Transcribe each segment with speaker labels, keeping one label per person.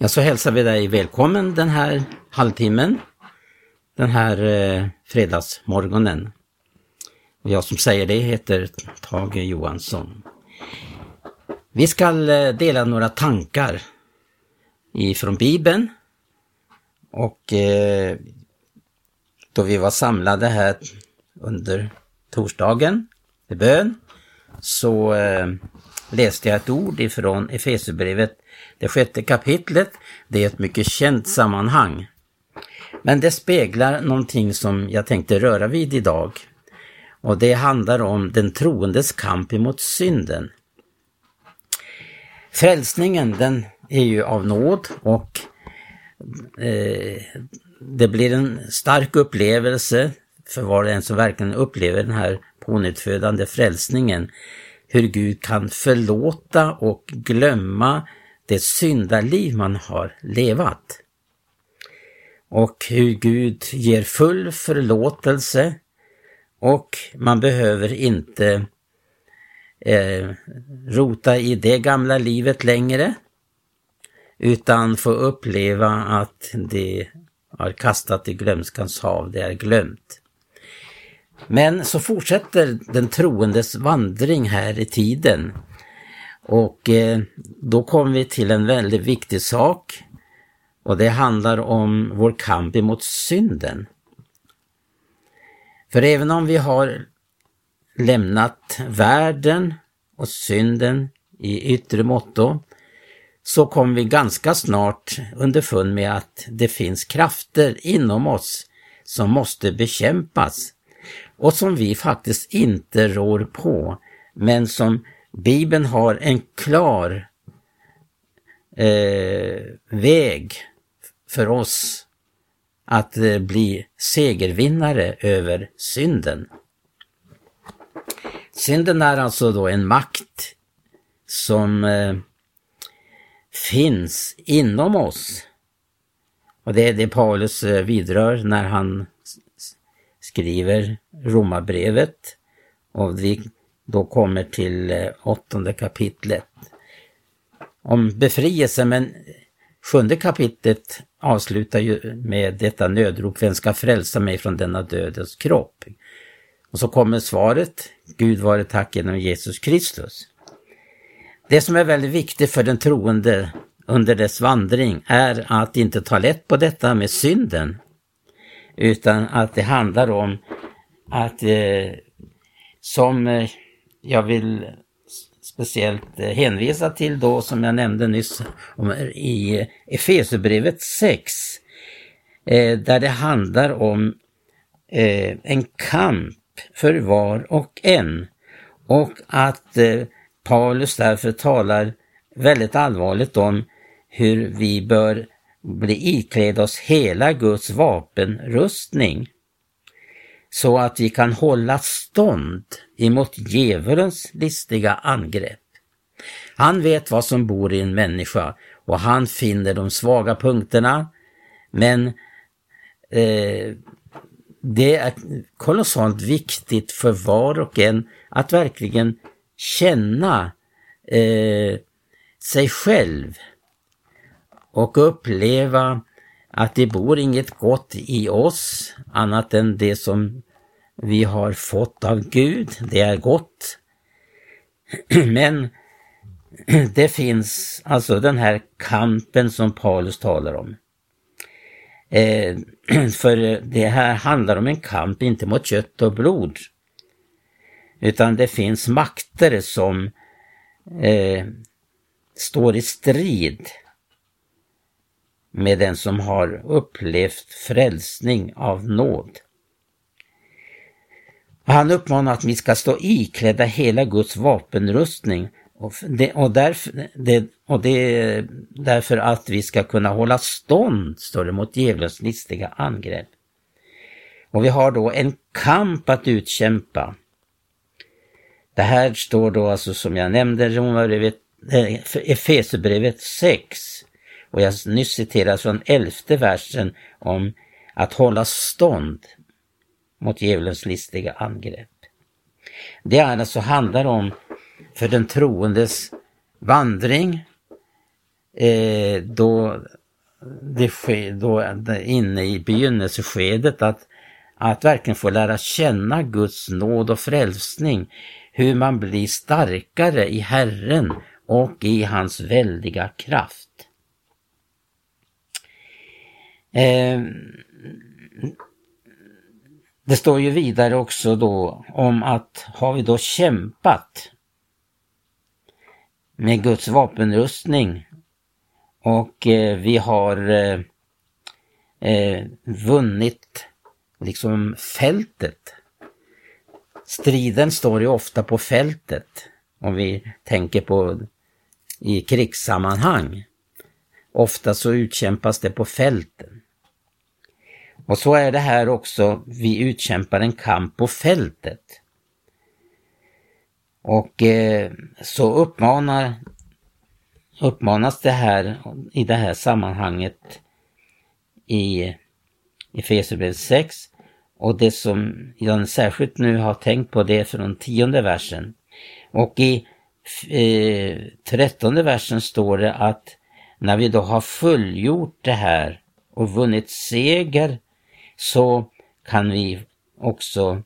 Speaker 1: Ja, så hälsar vi dig välkommen den här halvtimmen, den här fredagsmorgonen. Och jag som säger det heter Tage Johansson. Vi ska dela några tankar ifrån Bibeln. Och då vi var samlade här under torsdagen i bön så läste jag ett ord ifrån Efesierbrevet, det 6:e kapitlet. Det är ett mycket känt sammanhang. Men det speglar någonting som jag tänkte röra vid idag. Och det handlar om den troendes kamp emot synden. Frälsningen, den är ju av nåd och det blir en stark upplevelse för var och en som verkligen upplever den här pånyttfödande frälsningen. Hur Gud kan förlåta och glömma det syndaliv man har levat. Och hur Gud ger full förlåtelse och man behöver inte rota i det gamla livet längre utan få uppleva att det har kastat i glömskans hav, det är glömt. Men så fortsätter den troendes vandring här i tiden och då kommer vi till en väldigt viktig sak och det handlar om vår kamp emot synden. För även om vi har lämnat världen och synden i yttre motto så kommer vi ganska snart underfund med att det finns krafter inom oss som måste bekämpas och som vi faktiskt inte rår på, men som Bibeln har en klar väg för oss att bli segervinnare över synden. Synden är alltså då en makt som finns inom oss. Och det är det Paulus vidrör när han skriver Romarbrevet. Och vi då kommer till 8:e kapitlet om befrielse, men 7:e kapitlet avslutar ju med detta nödrop: vem ska frälsa mig från denna dödens kropp? Och så kommer svaret: Gud vare tack genom Jesus Kristus. Det som är väldigt viktigt för den troende under dess vandring är att inte ta lätt på detta med synden, utan att det handlar om att som jag vill speciellt hänvisa till då, som jag nämnde nyss i Efesierbrevet 6, där det handlar om en kamp för var och en, och att Paulus därför talar väldigt allvarligt om hur vi bör bli iklädda oss hela Guds vapenrustning så att vi kan hålla stånd emot djävulens listiga angrepp. Han vet vad som bor i en människa och han finner de svaga punkterna, men det är kolossalt viktigt för var och en att verkligen känna sig själv och uppleva att det bor inget gott i oss annat än det som vi har fått av Gud. Det är gott. Men det finns alltså den här kampen som Paulus talar om. För det här handlar om en kamp inte mot kött och blod, utan det finns makter som står i strid med den som har upplevt frälsning av nåd. Och han uppmanar att vi ska stå iklädda hela Guds vapenrustning därför att vi ska kunna hålla stånd, står det, mot djävulens listiga angrepp. Och vi har då en kamp att utkämpa. Det här står då alltså, som jag nämnde, Efesierbrevet 6. Och jag nyss citerar från 11:e versen om att hålla stånd mot djävulens listiga angrepp. Det är alltså handlar om för den troendes vandring, då det sker då inne i begynnelseskedet att verkligen få lära känna Guds nåd och frälsning, hur man blir starkare i Herren och i hans väldiga kraft. Det står ju vidare också då om att har vi då kämpat med Guds vapenrustning och vi har vunnit liksom fältet. Striden står ju ofta på fältet om vi tänker på i krigssammanhang. Ofta så utkämpas det på fälten. Och så är det här också, vi utkämpar en kamp på fältet. Och så uppmanas det här i det här sammanhanget i Efesierbrevet 6. Och det som jag särskilt nu har tänkt på, det är från 10:e versen. Och i 13:e versen står det att när vi då har fullgjort det här och vunnit seger, så kan vi också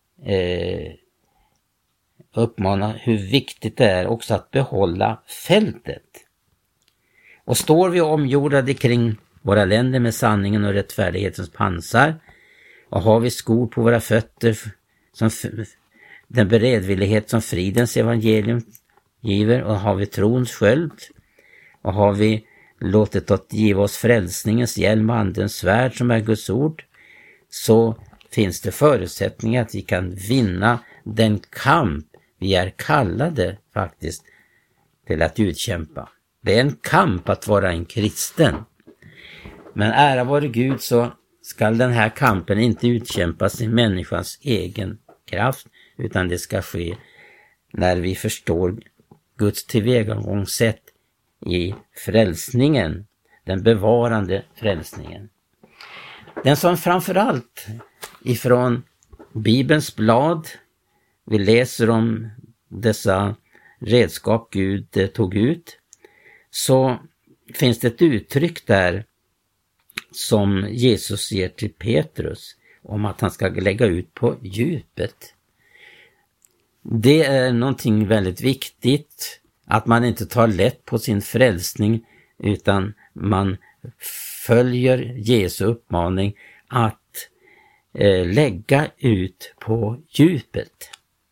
Speaker 1: uppmana hur viktigt det är också att behålla fältet. Och står vi omgjordade kring våra länder med sanningen och rättfärdighetens pansar, och har vi skor på våra fötter som den beredvillighet som fridens evangelium giver, och har vi trons sköld, och har vi låtit att giva oss frälsningens hjälm och andens svärd som är Guds ord, så finns det förutsättningar att vi kan vinna den kamp vi är kallade faktiskt till att utkämpa. Det är en kamp att vara en kristen. Men ära vare Gud, så ska den här kampen inte utkämpas i människans egen kraft, utan det ska ske när vi förstår Guds tillvägagångssätt i frälsningen, den bevarande frälsningen. Den som framförallt ifrån Bibelns blad vi läser om dessa redskap Gud tog ut, så finns det ett uttryck där som Jesus ger till Petrus om att han ska lägga ut på djupet. Det är någonting väldigt viktigt, att man inte tar lätt på sin frälsning, utan man följer Jesu uppmaning att lägga ut på djupet.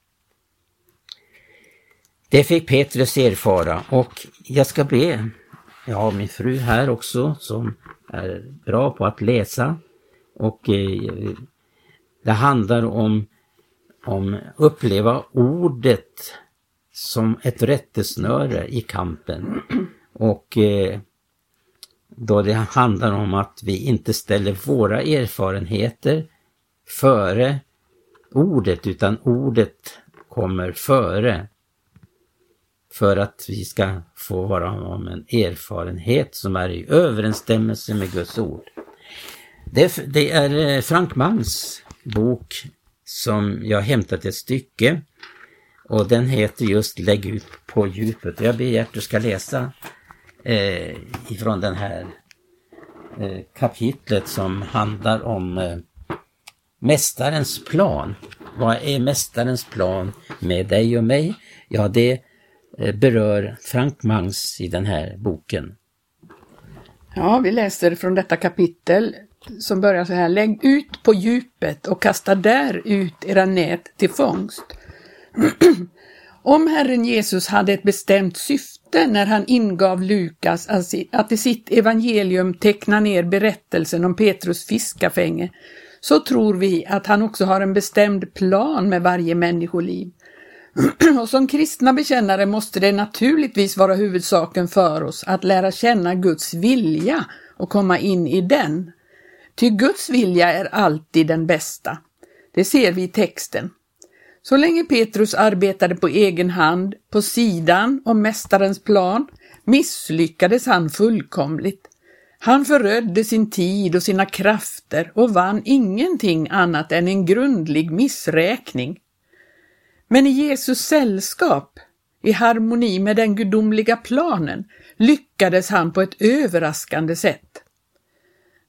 Speaker 1: Det fick Petrus erfara, och jag ska be, jag har min fru här också som är bra på att läsa, och det handlar om uppleva ordet som ett rättesnöre i kampen, och då det handlar om att vi inte ställer våra erfarenheter före ordet, utan ordet kommer före, för att vi ska få vara om en erfarenhet som är i överensstämmelse med Guds ord. Det är Frank Mangs bok som jag hämtat ett stycke, och den heter just Lägg ut på djupet. Jag ber att du ska läsa ifrån den här kapitlet som handlar om mästarens plan. Vad är mästarens plan med dig och mig? Ja, det berör Frank Mangs i den här boken.
Speaker 2: Ja, vi läser från detta kapitel som börjar så här: lägg ut på djupet och kasta där ut era nät till fångst. Om Herren Jesus hade ett bestämt syfte när han ingav Lukas att i sitt evangelium teckna ner berättelsen om Petrus fiskafänge, så tror vi att han också har en bestämd plan med varje människoliv. Och som kristna bekännare måste det naturligtvis vara huvudsaken för oss att lära känna Guds vilja och komma in i den. Ty Guds vilja är alltid den bästa. Det ser vi i texten. Så länge Petrus arbetade på egen hand, på sidan om mästarens plan, misslyckades han fullkomligt. Han förödde sin tid och sina krafter och vann ingenting annat än en grundlig missräkning. Men i Jesus sällskap, i harmoni med den gudomliga planen, lyckades han på ett överraskande sätt.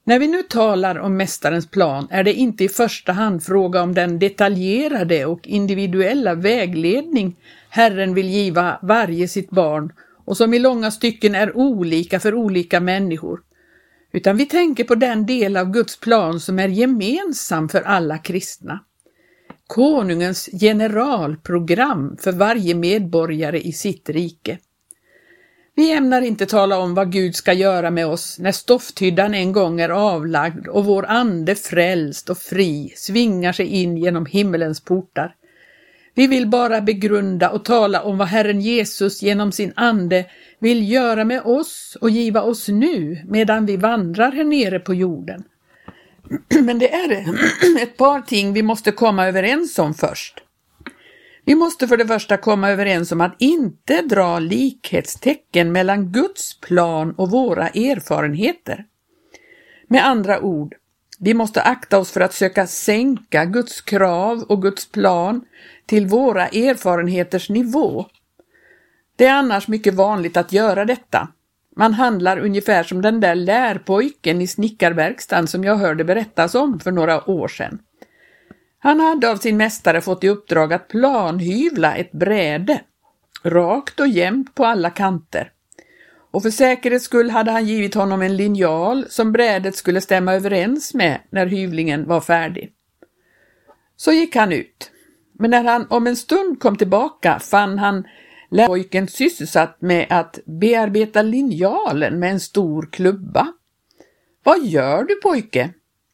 Speaker 2: När vi nu talar om mästarens plan är det inte i första hand fråga om den detaljerade och individuella vägledning Herren vill giva varje sitt barn och som i långa stycken är olika för olika människor, utan vi tänker på den del av Guds plan som är gemensam för alla kristna. Konungens generalprogram för varje medborgare i sitt rike. Vi ämnar inte tala om vad Gud ska göra med oss när stofthyddan en gång är avlagd och vår ande frälst och fri svingar sig in genom himmelens portar. Vi vill bara begrunda och tala om vad Herren Jesus genom sin ande vill göra med oss och giva oss nu medan vi vandrar här nere på jorden. Men det är ett par ting vi måste komma överens om först. Vi måste för det första komma överens om att inte dra likhetstecken mellan Guds plan och våra erfarenheter. Med andra ord, vi måste akta oss för att söka sänka Guds krav och Guds plan till våra erfarenheters nivå. Det är annars mycket vanligt att göra detta. Man handlar ungefär som den där lärpojken i snickarverkstan som jag hörde berättas om för några år sedan. Han hade av sin mästare fått i uppdrag att planhyvla ett bräde, rakt och jämnt på alla kanter. Och för säkerhets skull hade han givit honom en linjal som brädet skulle stämma överens med när hyvlingen var färdig. Så gick han ut. Men när han om en stund kom tillbaka fann han lärpojken sysselsatt med att bearbeta linjalen med en stor klubba. Vad gör du, pojke?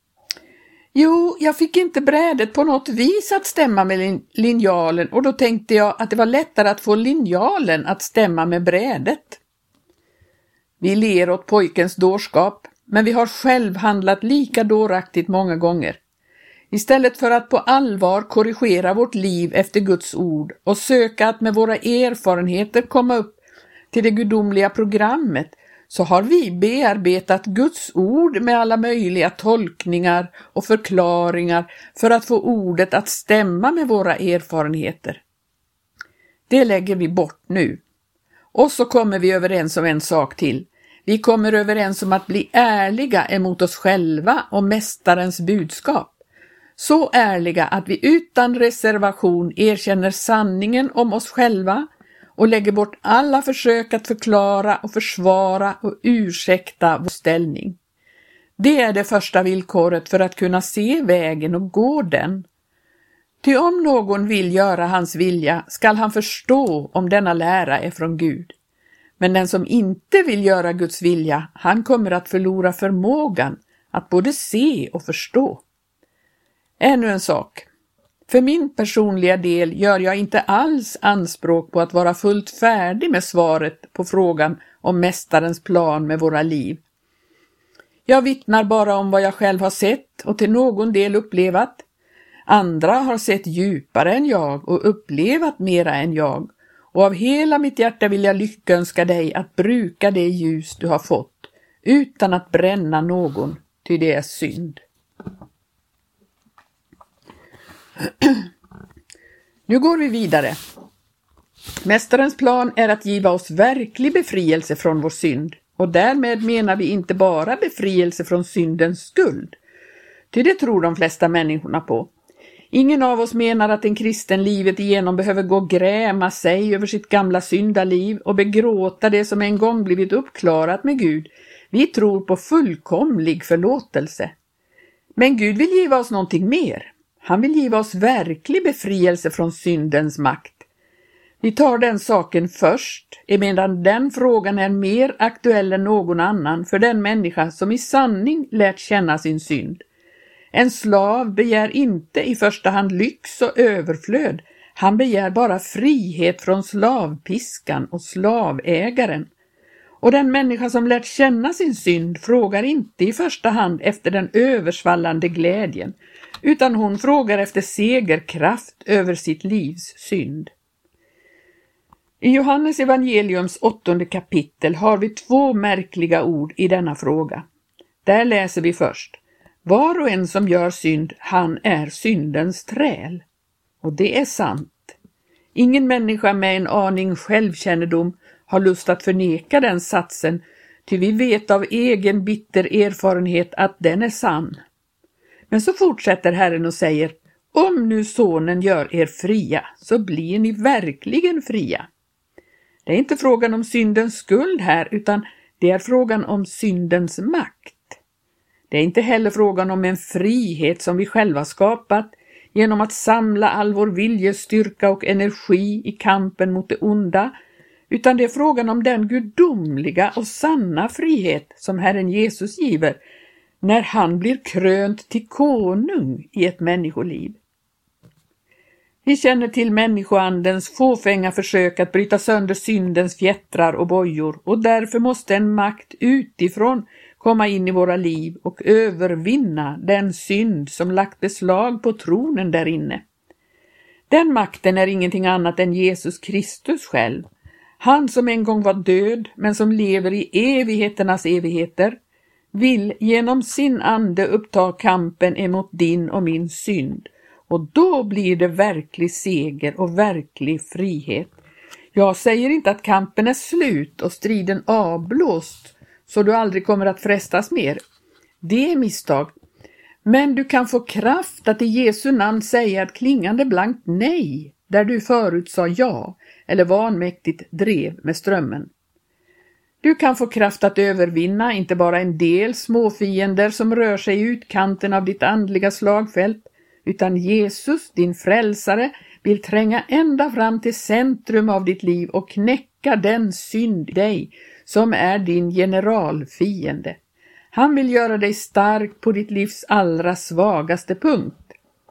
Speaker 2: Jo, jag fick inte brädet på något vis att stämma med linjalen och då tänkte jag att det var lättare att få linjalen att stämma med brädet. Vi ler åt pojkens dårskap, men vi har själv handlat lika dåraktigt många gånger. Istället för att på allvar korrigera vårt liv efter Guds ord och söka att med våra erfarenheter komma upp till det gudomliga programmet, så har vi bearbetat Guds ord med alla möjliga tolkningar och förklaringar för att få ordet att stämma med våra erfarenheter. Det lägger vi bort nu. Och så kommer vi överens om en sak till. Vi kommer överens om att bli ärliga emot oss själva och mästarens budskap. Så ärliga att vi utan reservation erkänner sanningen om oss själva och lägger bort alla försök att förklara och försvara och ursäkta vår ställning. Det är det första villkoret för att kunna se vägen och gå den. Ty om någon vill göra hans vilja skall han förstå om denna lära är från Gud. Men den som inte vill göra Guds vilja, han kommer att förlora förmågan att både se och förstå. Ännu en sak. För min personliga del gör jag inte alls anspråk på att vara fullt färdig med svaret på frågan om mästarens plan med våra liv. Jag vittnar bara om vad jag själv har sett och till någon del upplevat. Andra har sett djupare än jag och upplevat mera än jag. Och av hela mitt hjärta vill jag lyckönska dig att bruka det ljus du har fått utan att bränna någon, ty det är synd. Nu går vi vidare. Mästarens plan är att giva oss verklig befrielse från vår synd. Och därmed menar vi inte bara befrielse från syndens skuld. Ty det tror de flesta människorna på. Ingen av oss menar att en kristen livet igenom behöver gå och gräma sig över sitt gamla syndaliv och begråta det som en gång blivit uppklarat med Gud. Vi tror på fullkomlig förlåtelse. Men Gud vill giva oss någonting mer. Han vill giva oss verklig befrielse från syndens makt. Vi tar den saken först, emedan den frågan är mer aktuell än någon annan för den människa som i sanning lärt känna sin synd. En slav begär inte i första hand lyx och överflöd. Han begär bara frihet från slavpiskan och slavägaren. Och den människa som lärt känna sin synd frågar inte i första hand efter den översvallande glädjen, utan hon frågar efter segerkraft över sitt livs synd. I Johannes evangeliums 8:e kapitel har vi 2 märkliga ord i denna fråga. Där läser vi först: var och en som gör synd, han är syndens träl. Och det är sant. Ingen människa med en aning självkännedom har lust att förneka den satsen, ty vi vet av egen bitter erfarenhet att den är sann. Men så fortsätter Herren och säger: om nu sonen gör er fria, så blir ni verkligen fria. Det är inte frågan om syndens skuld här, utan det är frågan om syndens makt. Det är inte heller frågan om en frihet som vi själva skapat genom att samla all vår viljestyrka och energi i kampen mot det onda, utan det är frågan om den gudomliga och sanna frihet som Herren Jesus giver när han blir krönt till konung i ett människoliv. Vi känner till människoandens fåfänga försök att bryta sönder syndens fjättrar och bojor, och därför måste en makt utifrån komma in i våra liv och övervinna den synd som lagt beslag på tronen där inne. Den makten är ingenting annat än Jesus Kristus själv. Han som en gång var död men som lever i evigheternas evigheter vill genom sin ande uppta kampen emot din och min synd. Och då blir det verklig seger och verklig frihet. Jag säger inte att kampen är slut och striden avblåst så du aldrig kommer att frestas mer. Det är misstag. Men du kan få kraft att i Jesu namn säga ett klingande blankt nej där du förut sa ja eller vanmäktigt drev med strömmen. Du kan få kraft att övervinna inte bara en del småfiender som rör sig i utkanten av ditt andliga slagfält, utan Jesus, din frälsare, vill tränga ända fram till centrum av ditt liv och knäcka den synd i dig som är din generalfiende. Han vill göra dig stark på ditt livs allra svagaste punkt.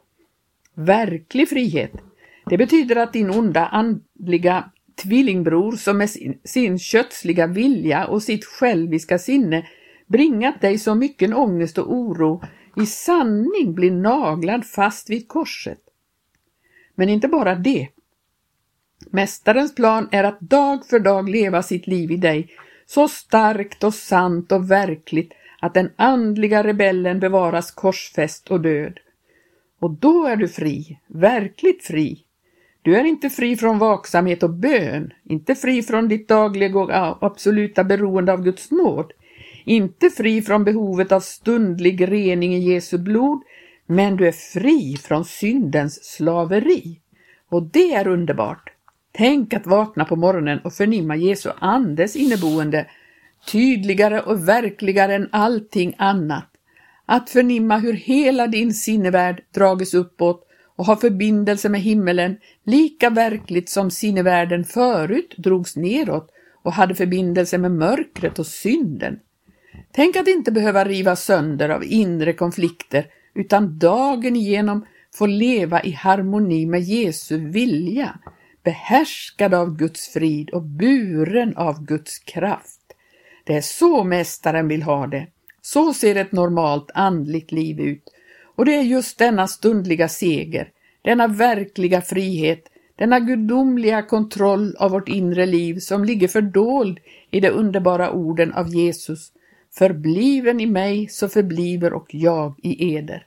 Speaker 2: Verklig frihet, det betyder att din onda andliga tvillingbror som med sin kötsliga vilja och sitt själviska sinne bringat dig så mycket ångest och oro i sanning blir naglad fast vid korset. Men inte bara det. Mästarens plan är att dag för dag leva sitt liv i dig så starkt och sant och verkligt att den andliga rebellen bevaras korsfäst och död. Och då är du fri, verkligt fri. Du är inte fri från vaksamhet och bön, inte fri från ditt dagliga och absoluta beroende av Guds nåd, inte fri från behovet av stundlig rening i Jesu blod, men du är fri från syndens slaveri. Och det är underbart. Tänk att vakna på morgonen och förnimma Jesu andes inneboende, tydligare och verkligare än allting annat. Att förnimma hur hela din sinnevärld drages uppåt och har förbindelse med himmelen lika verkligt som sinnevärlden förut drogs neråt och hade förbindelse med mörkret och synden. Tänk att inte behöva riva sönder av inre konflikter utan dagen igenom få leva i harmoni med Jesu vilja, behärskad av Guds frid och buren av Guds kraft. Det är så mästaren vill ha det. Så ser ett normalt andligt liv ut. Och det är just denna stundliga seger, denna verkliga frihet, denna gudomliga kontroll av vårt inre liv som ligger fördold i de underbara orden av Jesus. Förbliven i mig så förbliver och jag i eder.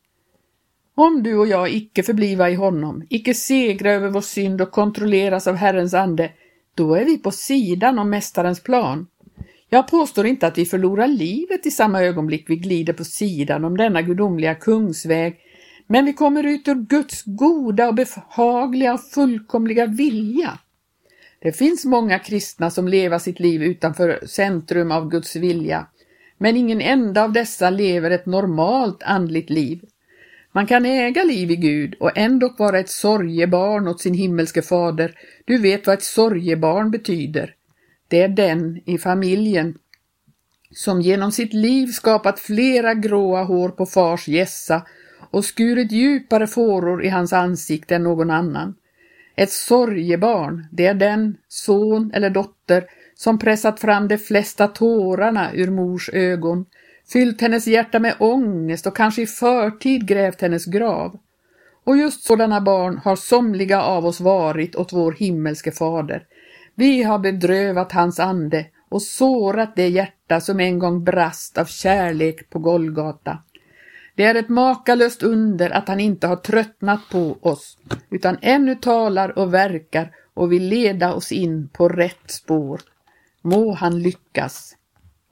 Speaker 2: Om du och jag icke förbliva i honom, icke segra över vår synd och kontrolleras av Herrens ande, då är vi på sidan om mästarens plan. Jag påstår inte att vi förlorar livet i samma ögonblick vi glider på sidan om denna gudomliga kungsväg, men vi kommer ut ur Guds goda och behagliga och fullkomliga vilja. Det finns många kristna som lever sitt liv utanför centrum av Guds vilja, men ingen enda av dessa lever ett normalt andligt liv. Man kan äga liv i Gud och ändå vara ett sorgebarn åt sin himmelske fader. Du vet vad ett sorgebarn betyder. Det är den i familjen som genom sitt liv skapat flera gråa hår på fars gässa och skurit djupare fåror i hans ansikte än någon annan. Ett sorgebarn, det är den son eller dotter som pressat fram de flesta tårarna ur mors ögon, fyllt hennes hjärta med ångest och kanske i förtid grävt hennes grav. Och just sådana barn har somliga av oss varit åt vår himmelske fader. Vi har bedrövat hans ande och sårat det hjärta som en gång brast av kärlek på Golgata. Det är ett makalöst under att han inte har tröttnat på oss, utan ännu talar och verkar och vill leda oss in på rätt spår. Må han lyckas.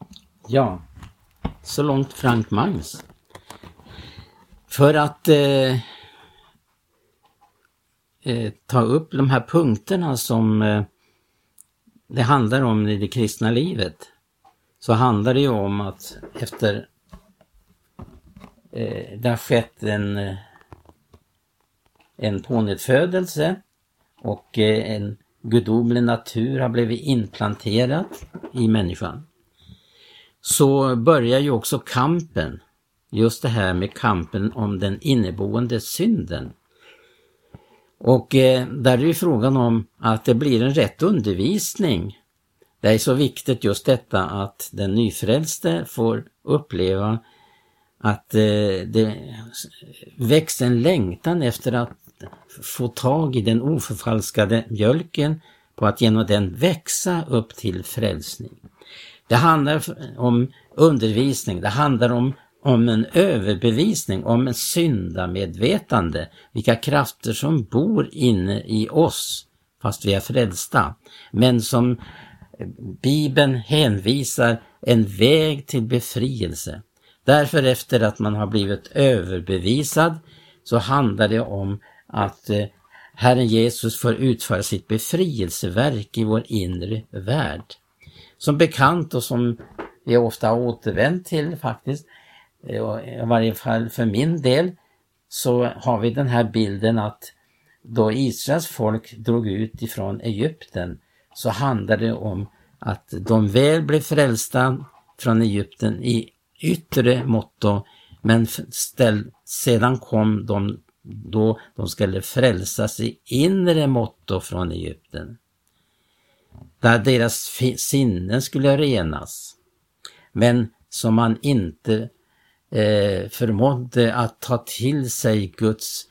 Speaker 1: Ja, så långt Frank Mangs. För att ta upp de här punkterna som det handlar om i det kristna livet, så handlar det ju om att efter det har skett en pånyttfödelse och en gudomlig natur har blivit implanterad i människan, så börjar ju också kampen, just det här med kampen om den inneboende synden. Och där är det ju frågan om att det blir en rätt undervisning. Det är så viktigt just detta att den nyfrälste får uppleva att det växer en längtan efter att få tag i den oförfalskade mjölken, på att genom den växa upp till frälsning. Det handlar om undervisning, det handlar om en överbevisning, om en syndamedvetande, vilka krafter som bor inne i oss fast vi är frälsta, men som Bibeln hänvisar en väg till befrielse. Därför efter att man har blivit överbevisad, så handlar det om att Herren Jesus får utföra sitt befrielseverk i vår inre värld. Som bekant, och som vi ofta har återvänt till faktiskt, i varje fall för min del, så har vi den här bilden att då Israels folk drog ut ifrån Egypten, så handlade det om att de väl blev frälsta från Egypten i yttre måtto, men sedan kom de då de skulle frälsas i inre måtto från Egypten, där deras sinnen skulle renas, men som man inte förmådde att ta till sig Guds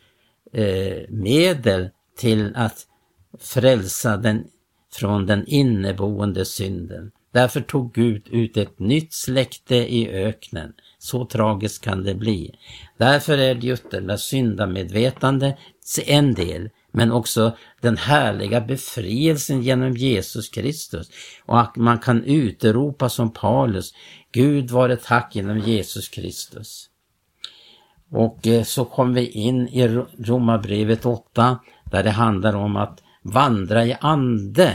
Speaker 1: medel till att frälsa den från den inneboende synden. Därför tog Gud ut ett nytt släkte i öknen. Så tragiskt kan det bli. Därför är det just det där syndamedvetande en del, men också den härliga befrielsen genom Jesus Kristus. Och att man kan utropa som Paulus: Gud vare tack genom Jesus Kristus. Och så kom vi in i Romarbrevet 8, där det handlar om att vandra i ande.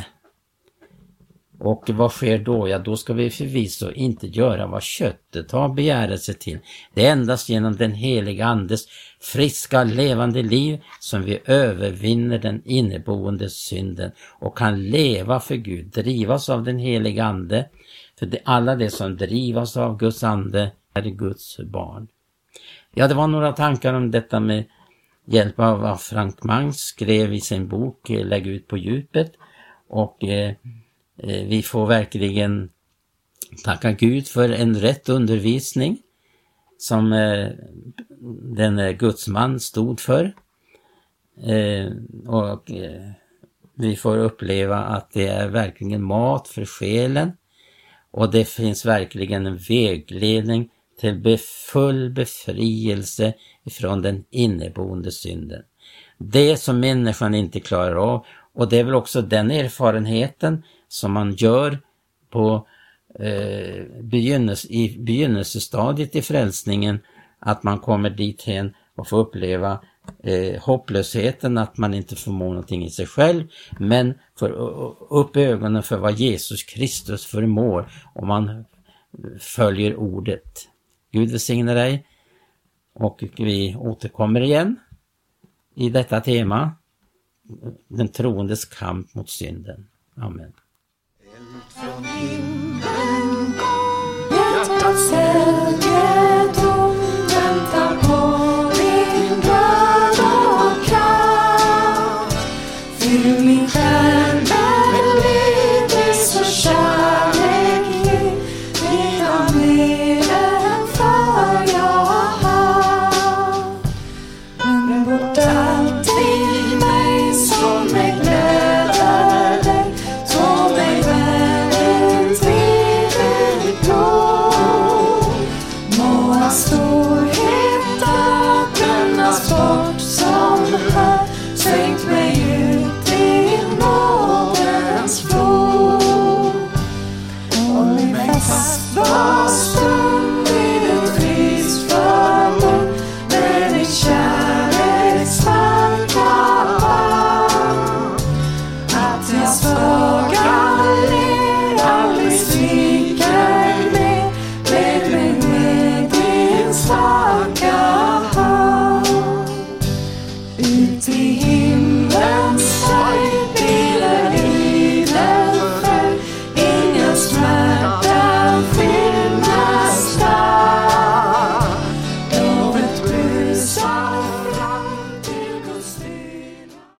Speaker 1: Och vad sker då? Ja, då ska vi förvisso inte göra vad köttet har begärelse till. Det är endast genom den heliga andes friska, levande liv som vi övervinner den inneboende synden och kan leva för Gud, drivas av den heliga ande. För alla det som drivas av Guds ande är Guds barn. Ja, det var några tankar om detta med hjälp av vad Frank Mangs skrev i sin bok Lägg ut på djupet. Och vi får verkligen tacka Gud för en rätt undervisning som den gudsman stod för. Och vi får uppleva att det är verkligen mat för själen. Och det finns verkligen en vägledning till full befrielse från den inneboende synden. Det som människan inte klarar av, och det är väl också den erfarenheten som man gör på begynnelsestadiet i frälsningen, att man kommer dit hen och får uppleva hopplösheten, att man inte förmår någonting i sig själv, men får upp ögonen för vad Jesus Kristus förmår om man följer ordet. Gud välsigne dig, och vi återkommer igen i detta tema, den troendes kamp mot synden. Amen.
Speaker 3: Från himlen kom, hjärtats helgetom, väntar på din död och kraft. Fyll min själ